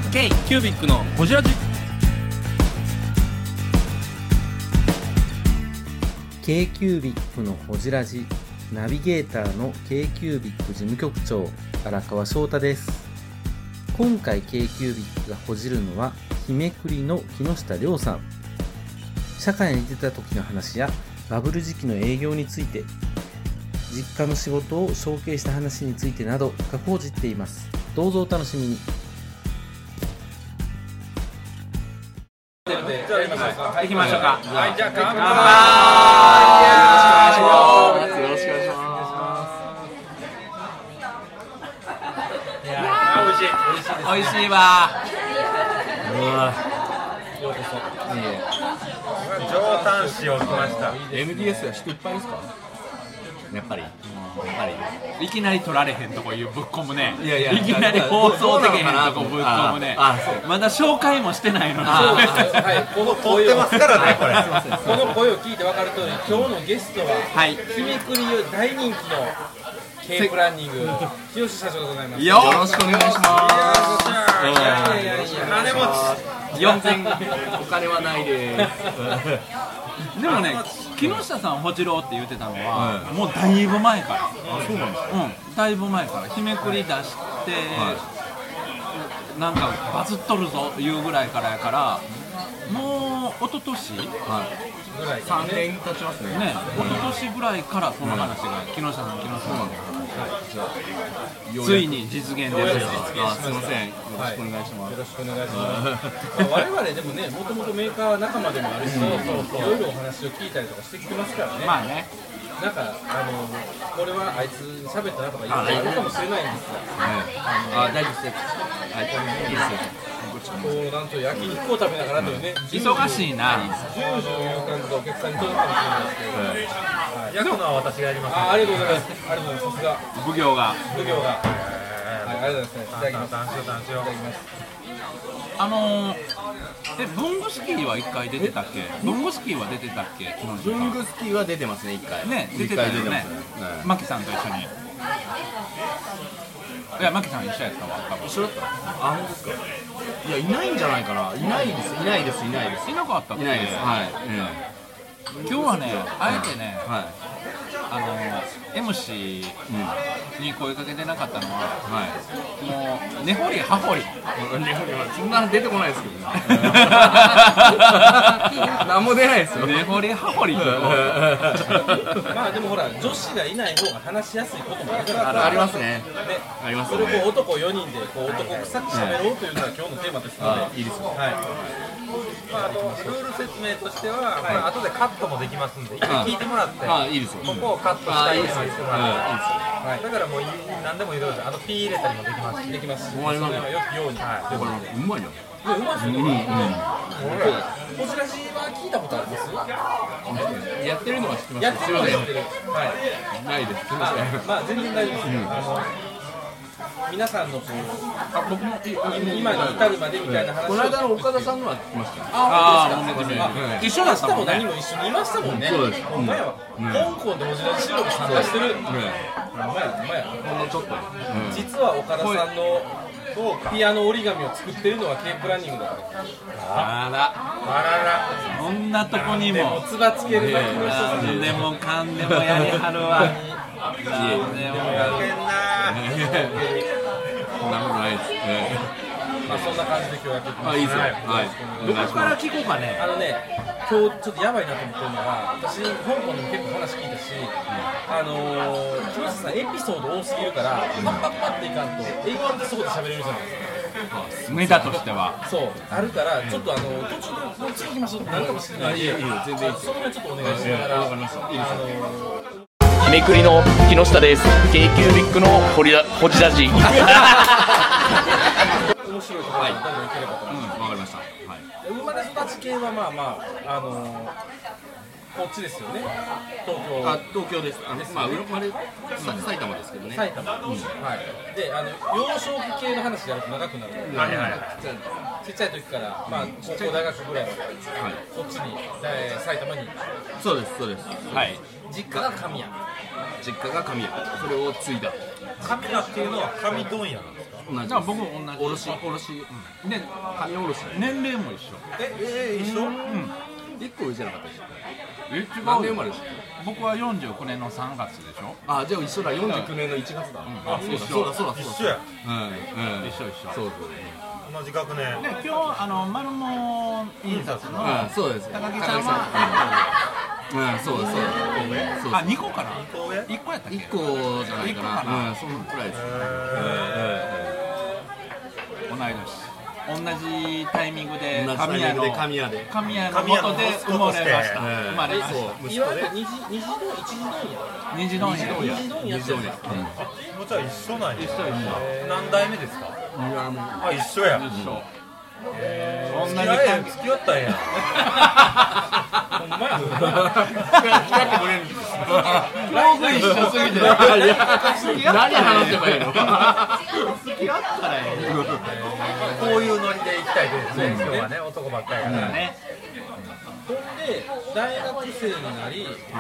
K キュービックのホジラジ k キュービックのホジラジナビゲーターの k キュービック事務局長荒川翔太です。今回 k キュービックがほじるのは日めくりの木下亮さん。社会に出た時の話やバブル時期の営業について、実家の仕事を承継した話についてなど深くほじっています。どうぞお楽しみに。 じゃあ行きましょうか。はい、行きましょうか。はい、じゃあ乾杯。よろしくお願いします。いやー、美味しい、美味しいですね。美味しいわ。ようこそ。 上タン塩来ました。 MDS は人いっぱいですか？やっぱりいきなり取られへんとこいうぶっ込むね。いきなり放送できへんとこぶっ込むね。まだ紹介もしてないのに。 この声ってますからね、これ。 この声を聞いて分かる通り、今日のゲストは日めくり大人気のKプランニング清志社長でございます。 よろしくお願いします。 金持ち。 お金はないです。でもね、木下さんほじろうって言ってたのは、もうだいぶ前から。そうなんですか。だいぶ前から日めくり出して、なんかバズっとるぞいうぐらいからやから、もう一昨年ぐらい、3年経ちますね。一昨年ぐらいからその話が木下さんついに実現です。すみません。よろしくお願いします。 よろしくお願いします。我々でもね、もともとメーカー仲間でもあるし、いろいろお話を聞いたりとかしてきてますからね。 まあね。 なんかこれはあいつ喋ったなとか言うのあるかもしれないんですが、 大丈夫です。はい、いいですよ。 こうなんと焼肉を食べながらというね、 忙しいな。 ジュージューいう感じでお客さんに届くかもしれないですけど、 焼くのは私がやります。 ありがとうございます。ありがとうございます。さすが奉行が。 ありがとうございます。いただきます。文具スキーは1回出てたっけ？文具スキーは出てたっけ？ 文具スキーは出てますね、1回。 ね、出てたよね。マキさんと一緒に。いや、マキさん一緒やったわ。 一緒だった？あ、本当ですか？いや、いないんじゃないかな。いないです。いなかったっけ？ いないです。はい。 今日はね、あえてね、MC に声かけてなかったのは、もう根掘り葉掘り、 そんなの出てこないですけどね。何も出ないですよ。 根掘り葉掘り。 まあでもほら、女子がいない方が話しやすいこともあるから。 ありますね。ありますね。 それを男4人で男臭く喋ろうというのが今日のテーマですので、 いいですよ。 あとルール説明としては、後でカットもできますんで、一回聞いてもらって、 いいですよ。 ここをカットしたいと言ってもらって、だからもう何でもいろいろピー入れたりもできますし、 できます。 うまいな。 それはよくように。 うまいよ。 うまいですよね。こちらじは聞いたことあります？ やってるのは知ってます。 やってるのは知ってる。 ないです。 まあ全然大丈夫です。皆さんの僕も今に至るまでみたいな話を。 この間の岡田さんのは聞きました。 一緒だったもんね。 何も一緒にいましたもんね。 そうです。 お前は香港でおじらじ仕事参加してる。お前ちょっと。 実は岡田さんのピアノ折り紙を作ってるのは K プランニングだから。 あら。そんなとこにも。 つばつける。 でもかんでもやりはるわ。 まあそんな感じで今日やっていきます。 いいですよ。 どこから聞こうかね。 今日ちょっとやばいなと思ってるのが、私香港でも結構話聞いたし、木下さんエピソード多すぎるからパッっていかんと英語でそこで喋れるじゃないですか。 ネタとしてはそうあるからちょっと途中でもう次行きましょうってなるかもしれないんで、全然その辺ちょっとお願いしながら。 日めくりの木下です。 k キュービックのホジラジ。 面白いところにどんどんいければと思います。 わかりました。 生まれ育ち系はまあこっちですよね。東京です。生まれ埼玉ですけどね。 埼玉。はい。で幼少期系の話やると長くなる。ちっちゃい時から高校大学ぐらいまでこっちに埼玉に。 そうです。 はい。 実家が神谷。 それを継いだ。 神谷っていうのは神問屋なんですか？ 同じだから僕同じおろしで紙おろし年齢も一緒。 一緒？ 1個上じゃなかったでしょ違う何年生まれですか僕は49年の3月でしょ。 あ、じゃあ一緒だ、49年の1月だ、あ、そうだ一緒や。 一緒そう同じ学年。 で今日マルモ印刷のそうです高木さんはそうですあ、2個かな。 1個上 1個やったっけ。 1個じゃないかな、そのくらいです同い年、同じタイミングで同じタイミングで神谷で神谷の元で生まれました。生まれました。 いわゆる二次問屋二次問屋。 二次問屋もちろん一緒なんや。 一緒。 何代目ですか？あ、一緒や。 一緒。同じ付き合ったんや。 ほんまや付き合ってくれるんです大食い一緒すぎて何話せばいいの付き合ったらこういうノリで行きたいですね。今日はね、男ばっかりやからね。 ほんで大学生になり、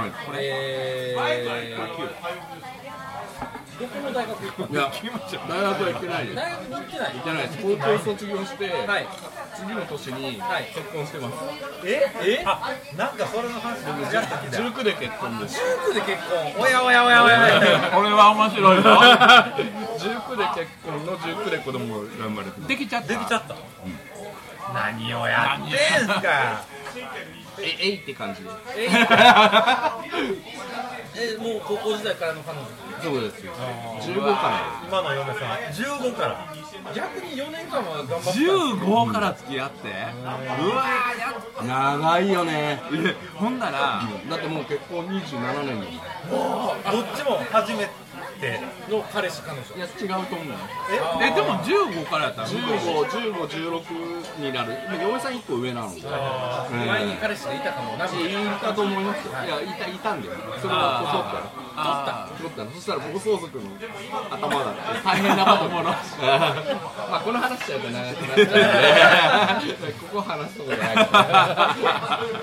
どこの大学行ったの？ いや、大学は行ってないです。 大学に行ってない。 行ってないです。高校卒業して、次の年に結婚してます。 あ、なんかそれの話僕やった気だ。 19で結婚です。 19で結婚。 おや。 これは面白いぞ。 19で結婚の19で子供が生まれてます。 できちゃった。 何をやってんすか。 えいって感じで。 もう高校時代からの彼女。 そうですよ。15から今の嫁さん15から。 逆に4年間は頑張った。 15から付き合って。うわです。長いよね。 ほんならだってもう結婚27年だどっちも初めての彼氏彼女。 いや、違うと思う。 でも15からやったら 15、16になる。嫁さん1個上なので。 前に彼氏がいたかもな。 いたと思いますよ。いや、いたんだよ。それは取ったの。そしたら僕相続の頭だって大変なこともの。まあこの話しちゃうと長くなっちゃうんでここ話すとこじゃないから。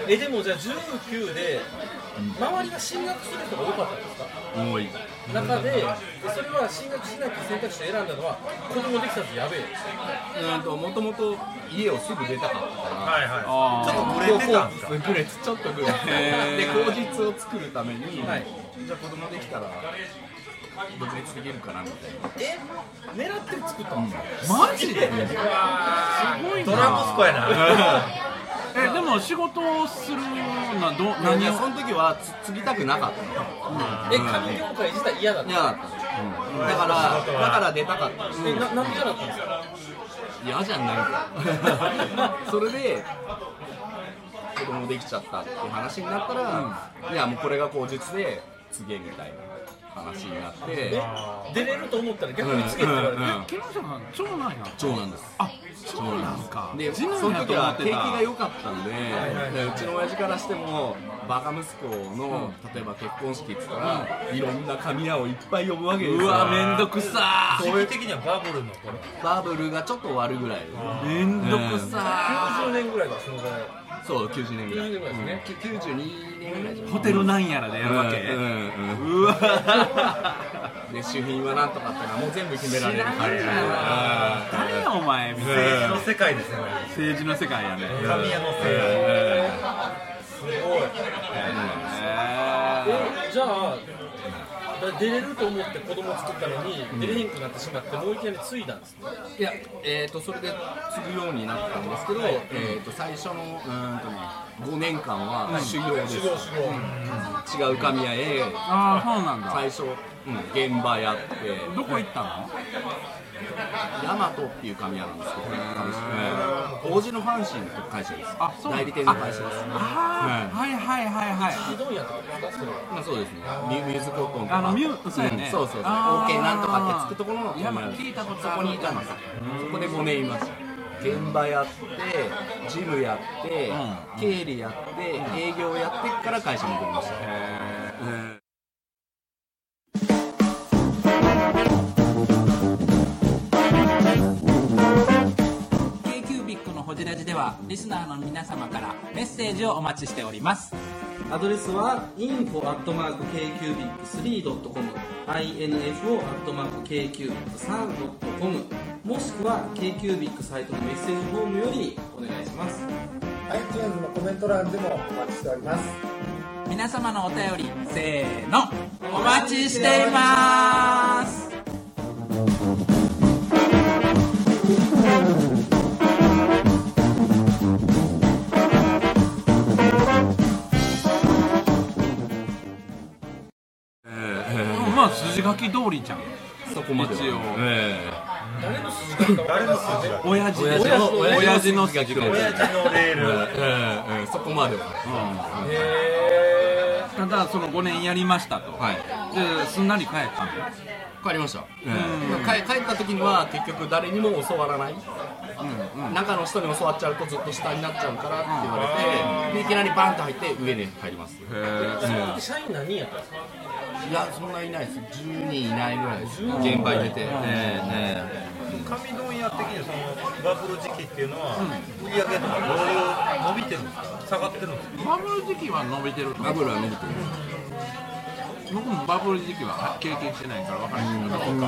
でもじゃあ19で周りが進学する人が多かったんですか？ 多い中でそれは進学しないって選択肢を選んだのは子供できたってやべえ。 もともと家をすぐ出たかったからちょっとブレてたんですか？ ちょっとブレてで口実を作るために、じゃあ子供できたら独立できるかなみたいな。 狙って作ったんですか？ マジで？すごいな。 ドラ息子やな。 でも仕事をするのは何をその時は継ぎたくなかった紙業界自体嫌だった。 嫌だっただから出たかった。 なんで嫌だったんですか？ 嫌じゃないかそれで子供できちゃったっていう話になったら、いやもうこれが口実で継げみたいな話になって出れると思ったら逆に継げって言われて、 木下さん長男やん。 長男です。 あ、そうなんですか。 で、その時は景気が良かったんで、うちの親父からしてもバカ息子の例えば結婚式って言ったらいろんな神谷をいっぱい呼ぶわけですよ。 うわ、めんどくさ時期的にはバブルの頃。 バブルがちょっと終わるぐらい。 めんどくさ 90年ぐらいだそのぐらい。 そう90年ぐらい。 90年ぐらいですね。 92年ぐらいじゃない。 ホテルなんやらでやるわけ。うわで主品はなんとかってのはもう全部決められる感じ。 誰やお前みたいな。 政治の世界ですね。 政治の世界やね。 神谷の政治。すごい。 じゃあ出れると思って子供を作ったのに出れへんくなってしまってもういきなり継いだんですね。 いや、それで継ぐようになったんですけど、最初の5年間は修行です。違う神谷へ。 ああ、そうなんだ。 最初、現場やって。 どこ行ったの？ 大和っていう神谷なんですけど、王子のファンシーの会社です。 あ、そう。 代理店の会社です。 はいはいはいはい。 うどん屋とかですか？ まあそうですね。ミューズコットンとか。 そうやね。 そう。OK なんとかってつくところの山聞いたことある。 そこにいたんです。そこで5年いました。現場やって、ジムやって、経理やって、営業やってから会社に戻りました。 K-Cubic のホジラジではリスナーの皆様からメッセージをお待ちしております。 アドレスは info@kcubic3.com info@kcubic3.com もしくは KQBIC サイトのメッセージフォームよりお願いします。 iTunes のコメント欄でもお待ちしております。 皆様のお便りせーのお待ちしています。まあ筋書き通りじゃん。 そこまでは一応誰の筋書き親父の筋書き、 親父のレール、 そこまでは。 ただその5年やりましたと、ですんなり帰ったの。 帰りました。帰った時には結局誰にも教わらない、中の人に教わっちゃうとずっと下になっちゃうからって言われて、でいきなりバンと入って上に入ります。 社員何人やったんですか？ いや、そんないないです。10人いないぐらいです。現場に出て。 紙問屋的にそのバブル時期っていうのは、売り上げとかどういう伸びてるんですか、下がってるんですか？ バブル時期は伸びてると思う。 バブルは伸びてる。 僕もバブル時期は経験してないから分からないけど、 M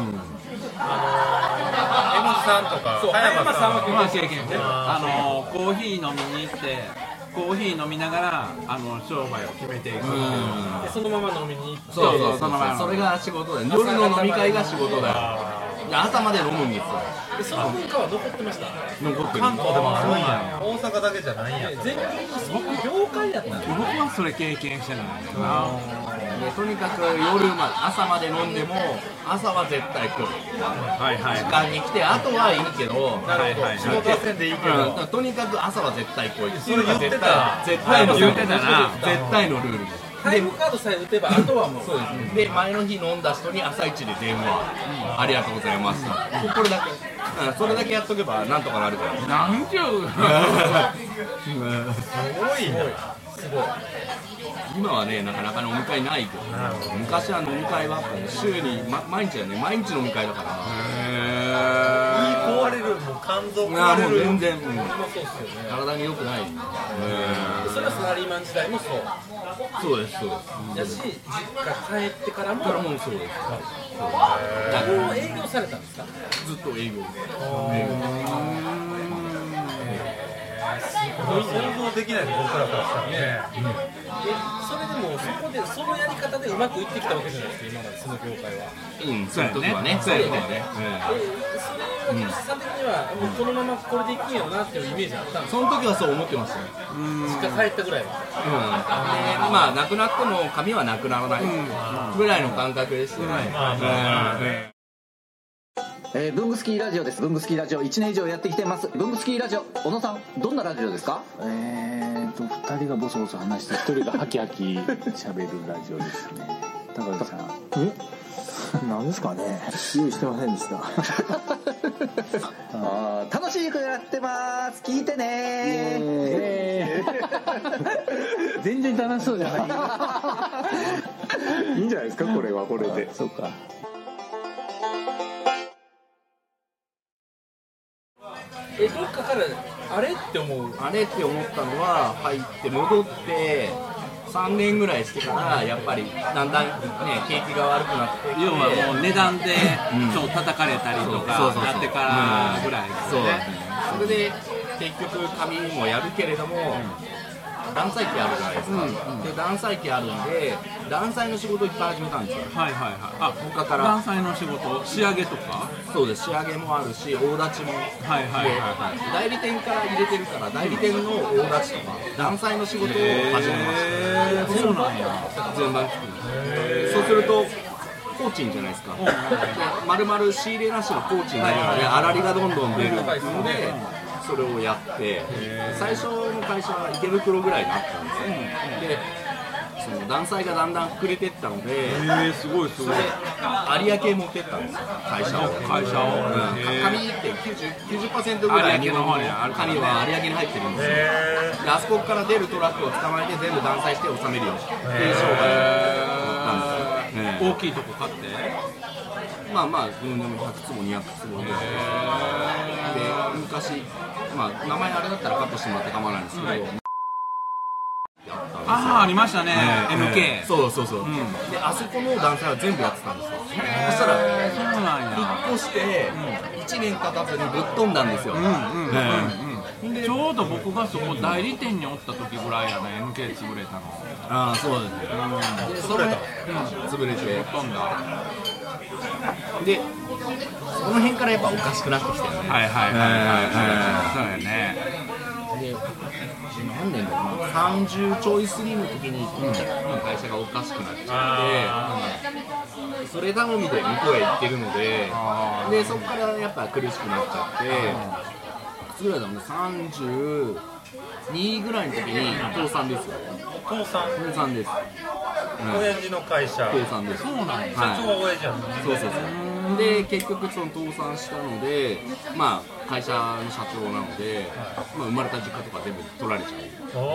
さんとか葉山さんは経験してる。コーヒー飲みに行ってコーヒー飲みながら商売を決めていく。 でそのまま飲みに行って、 それが仕事だよ。夜の飲み会が仕事だよ。朝まで飲むんですよ。 でその文化は残ってました。 残ってる。 関東でもあるんや。大阪だけじゃないんや。 全国の業界やったんです。 僕はそれ経験してないんだよな。 とにかく朝まで飲んでも朝は絶対来る。時間に来て、あとはいいけど、 仕事はせんでいいけど、 とにかく朝は絶対来い。 それ言ってた。 絶対のルール。 言ってたな。 絶対のルール。 タイムカードさえ打てばあとはもう。 そうですね。で前の日飲んだ人に朝一で電話、ありがとうございました。これだけ。それだけやっとけばなんとかなるから。 なんちゅう。 すごいな。すごい。 今はね、なかなか飲み会ないけど、昔は飲み会は週に、毎日だね、毎日飲み会だから。 壊れる、もう肝臓壊れる。 全然、 そうっすよね。 体に良くない。 それはサラリーマン時代もそう。 そうです、そうです。 やし、実家帰ってからも。 そうです。 もう営業されたんですか？ ずっと営業です。 想像できないです、僕らからしたらね。 それでもそこでそのやり方でうまくいってきたわけじゃないですか、今までその業界は。 その時はね。 それは木下さん的にはもうこのままこれでいくんやろなっていうイメージあったんですか？ その時はそう思ってましたよ。 実家帰ったぐらいは。 で、まあなくなっても髪はなくならないぐらいの感覚ですよね。 ブングスキーラジオです。ブングスキーラジオ1年以上やってきてます。ブングスキーラジオ、小野さん、どんなラジオですか 2人がボソボソ話して1人がハキハキ喋るラジオですね。高木さん、何ですかね、用意してませんでした楽しくやってます、聞いてね全然楽しそうじゃないいいんじゃないですか、これはこれで。そうか。 どっかからあれって思ったのは入って戻って3年ぐらいしてからやっぱりだんだんね景気が悪くなってきて、 要はもう値段でそう叩かれたりとかなってからぐらいですよね。 それで結局紙もやるけれども、断裁機あるじゃないですか、で断裁機あるんで断裁の仕事をいっぱい始めたんですよ。他から断裁の仕事、仕上げとか。 そうです、仕上げもあるし大立ちも、代理店から入れてるから代理店の大立ちとか断裁の仕事を始めました。 そうなんや。 全般聞く。そうすると工賃じゃないですか。丸々仕入れなしの工賃になるので粗利がどんどん出るのでそれをやって、最初の会社は池袋ぐらいにあったんですよ。でその断裁がだんだん膨れていったので、 すごいすごい。 有明へ持ってったんですよ、会社を。紙って 90% ぐらい日本の紙は有明に入ってるんですよ。であそこから出るトラックを捕まえて全部断裁して納めるよっていう商売をなんですよ。 大きいとこ買って。 まあまあ、でも100坪200坪で、昔、まあ名前あれだったらカットしてもらって構わないんですけど、やったんよ。 ありましたね、NK。 そうそうそう、であそこの団体は全部やってたんですよ。そしたらそうなんや。 引っ越して1年経たずにぶっ飛んだんですよ。 ちょうど僕がそこ代理店におった時ぐらいやね、NK 潰れたの。 ああそうですよ。でそれ潰れて飛んだ。 でその辺からやっぱおかしくなってきたよね。 はいはいはいはい。そうやね。 で何年だろうな、30ちょい過ぎの時に会社がおかしくなっちゃって、それ頼みで向こうへ行ってるので、でそこからやっぱ苦しくなっちゃって、いくつぐらいだもんね、32ぐらいの時に倒産ですよ。 倒産です。 親父の会社倒産です。 そうなんや。 社長は親父やった。 そうそうそう。で結局その倒産したので、まあ会社の社長なので、まあ生まれた実家とか全部取られちゃう。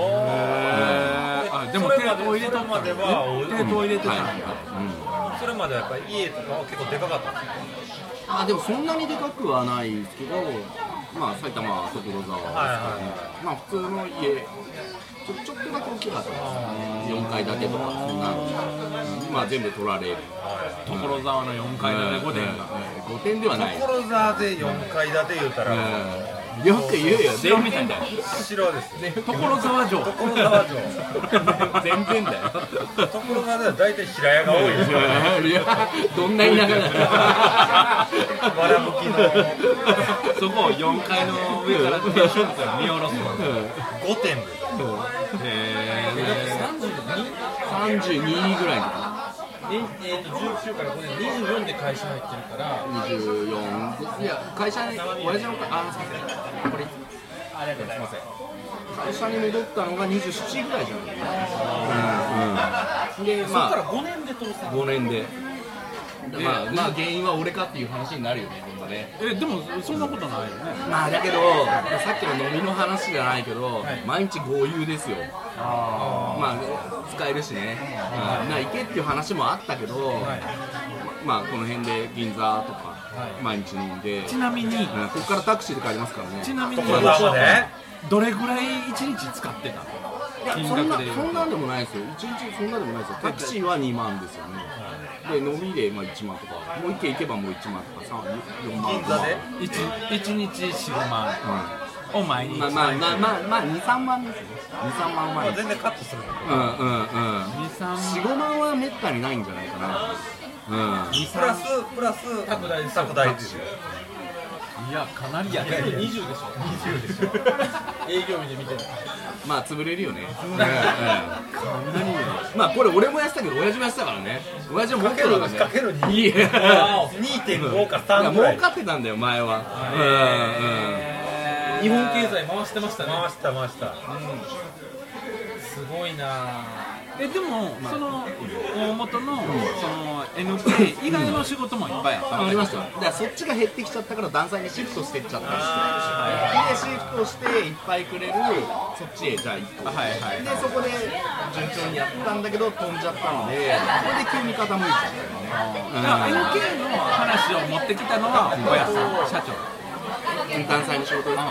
でも手を入れたまでは手を入れてたんだ。 それまではやっぱり家とかは結構でかかったんですか？ でもそんなにでかくはないですけど、まあ埼玉所沢ですけど、まあ普通の家ちょっとだけ大きかったです。4階建てとかそんなの、まあ全部取られる。 所沢の4階建て5点が 5点ではない。 所沢で4階建て言うたらよく言うよ、 城みたいな。 城ですね。 所沢城。 所沢城。 全然だよ。 所沢では大体平屋が多いですよね。 いや、どんな田舎だよ。 わらぶきの。 そこを4階の上から天守から見下ろす。 5点です。 32ぐらいのか。 19から5年、24で会社入ってるから、 24で、いや、会社に、親父の会社、これ、 ありがとうございます。 会社に戻ったのが27ぐらいじゃないで、 そこから5年で倒産。 5年で。まあ原因は俺かっていう話になるよね、今度ね。 でもそんなことないよね。 まあだけど、さっきの飲みの話じゃないけど、毎日豪遊ですよ。まあ使えるしね。行けっていう話もあったけど、まあこの辺で銀座とか毎日飲んで。 ちなみにここからタクシーで帰りますからね。 ちなみにどれぐらい1日使ってたの？ いや、そんなんでもないですよ。1日そんなでもないですよ。タクシーは2万ですよね。で、飲みで1万とか、もう1軒行けばもう1万とか、4万銀座で 1日4、5万を毎日。 まあ2、3万ですよ。2、3万前。 全然カットする。 4、5万はめったにないんじゃないかな。 プラス宅代ですよ。 いや、かなりやね。 20でしょ。20でしょ。営業日で見てる。 まあ潰れるよね。まあこれ俺もやってたけど親父もやってたからね。親父も儲けるわけね。 かける 2.5 か3ぐらい。 儲かってたんだよ前は。 日本経済回してましたね。 回した。 すごいな。 でもその大元のその NK 以外の仕事もいっぱいあったありましたよ。だからそっちが減ってきちゃったから団体にシフトしていっちゃったりして、でシフトしていっぱいくれるそっちへじゃあ行こう。でそこで順調にやったんだけど飛んじゃったので、それで急に傾いちゃったよね。 NK の話を持ってきたのは小安さん社長。 関西の仕事です。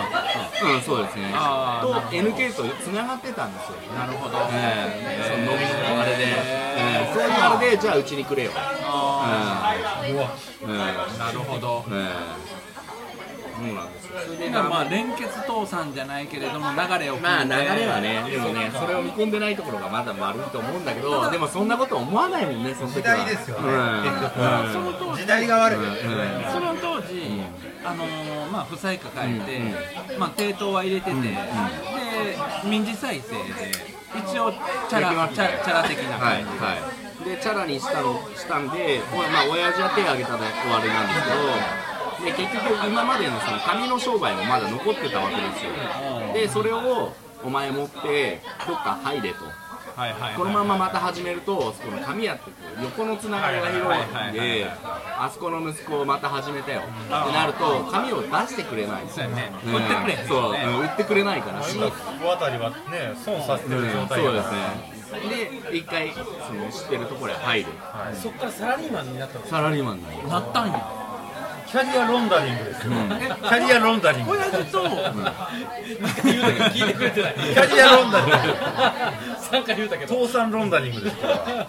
そうですね。と NK とつながってたんですよ。 なるほど。 その飲みのあれで、そういうあれでじゃあうちにくれよ。 なるほど。 そうなんですよ。それでまあ連結倒産じゃないけれども流れをまあ流れはね、でもねそれを見込んでないところがまだ悪いと思うんだけど、でもそんなこと思わないもんねその時は。 時代ですよね。 その当時時代が悪い。 その当時まあ負債抱えて、まあ抵当は入れてて、で民事再生で一応チャラ的な感じでチャラにしたんで、まあ親父は手を挙げたで終わりなんですけど。で結局今までのその紙の商売もまだ残ってたわけですよ。でそれをお前持ってどっか入れと。このまままた始めるとそこの紙屋って横のつながりが広いんで、あそこの息子をまた始めたよってなると紙を出してくれない。 そうやね。売ってくれ。 そう、売ってくれないから。 今ここあたりはね損させてる状態そうですね。で一回その知ってるところへ入る。 そっからサラリーマンになったの。 サラリーマンになったんや。 キャリアロンダリングですよ、キャリアロンダリング親父と、 言うたけど聞いてくれてない。 キャリアロンダリング 3回言うたけど倒産ロンダリングですから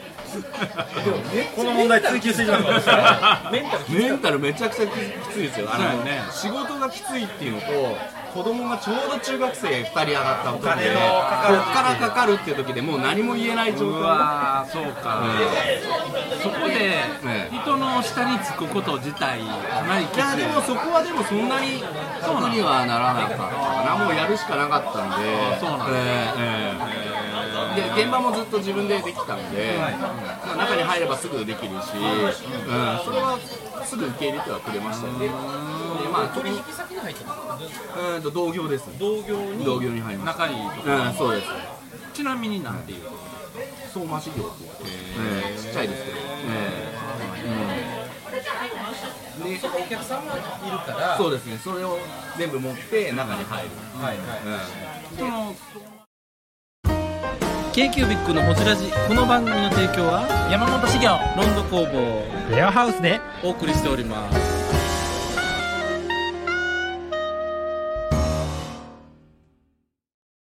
この問題追求していきますからメンタルめちゃくちゃきついですよ。 そうやね、 仕事がきついっていうのと、子供がちょうど中学生2人上がった時で、こっからかかるっていう時でもう何も言えない状況。 うわー、そうか、そこで人の下につくこと自体かなりきつい。 いやでもそこはでもそんなに楽にはならなかったかな。もうやるしかなかったんで。 そうなんで現場もずっと自分でできたんで、まあ、中に入ればすぐできるし、それはすぐ受け入れてはくれましたよね。でまあ取引先に入ったの？ 同業です。同業に入りました。 仲いいとか、 そうです。 ちなみになんていう相馬市業って言って、ちっちゃいですけど、 でお客さんがいるから、 そうですね、それを全部持って中に入る。 その k q b i c のほじラジ、この番組の提供は山本資源ロンド工房レアハウスでお送りしております。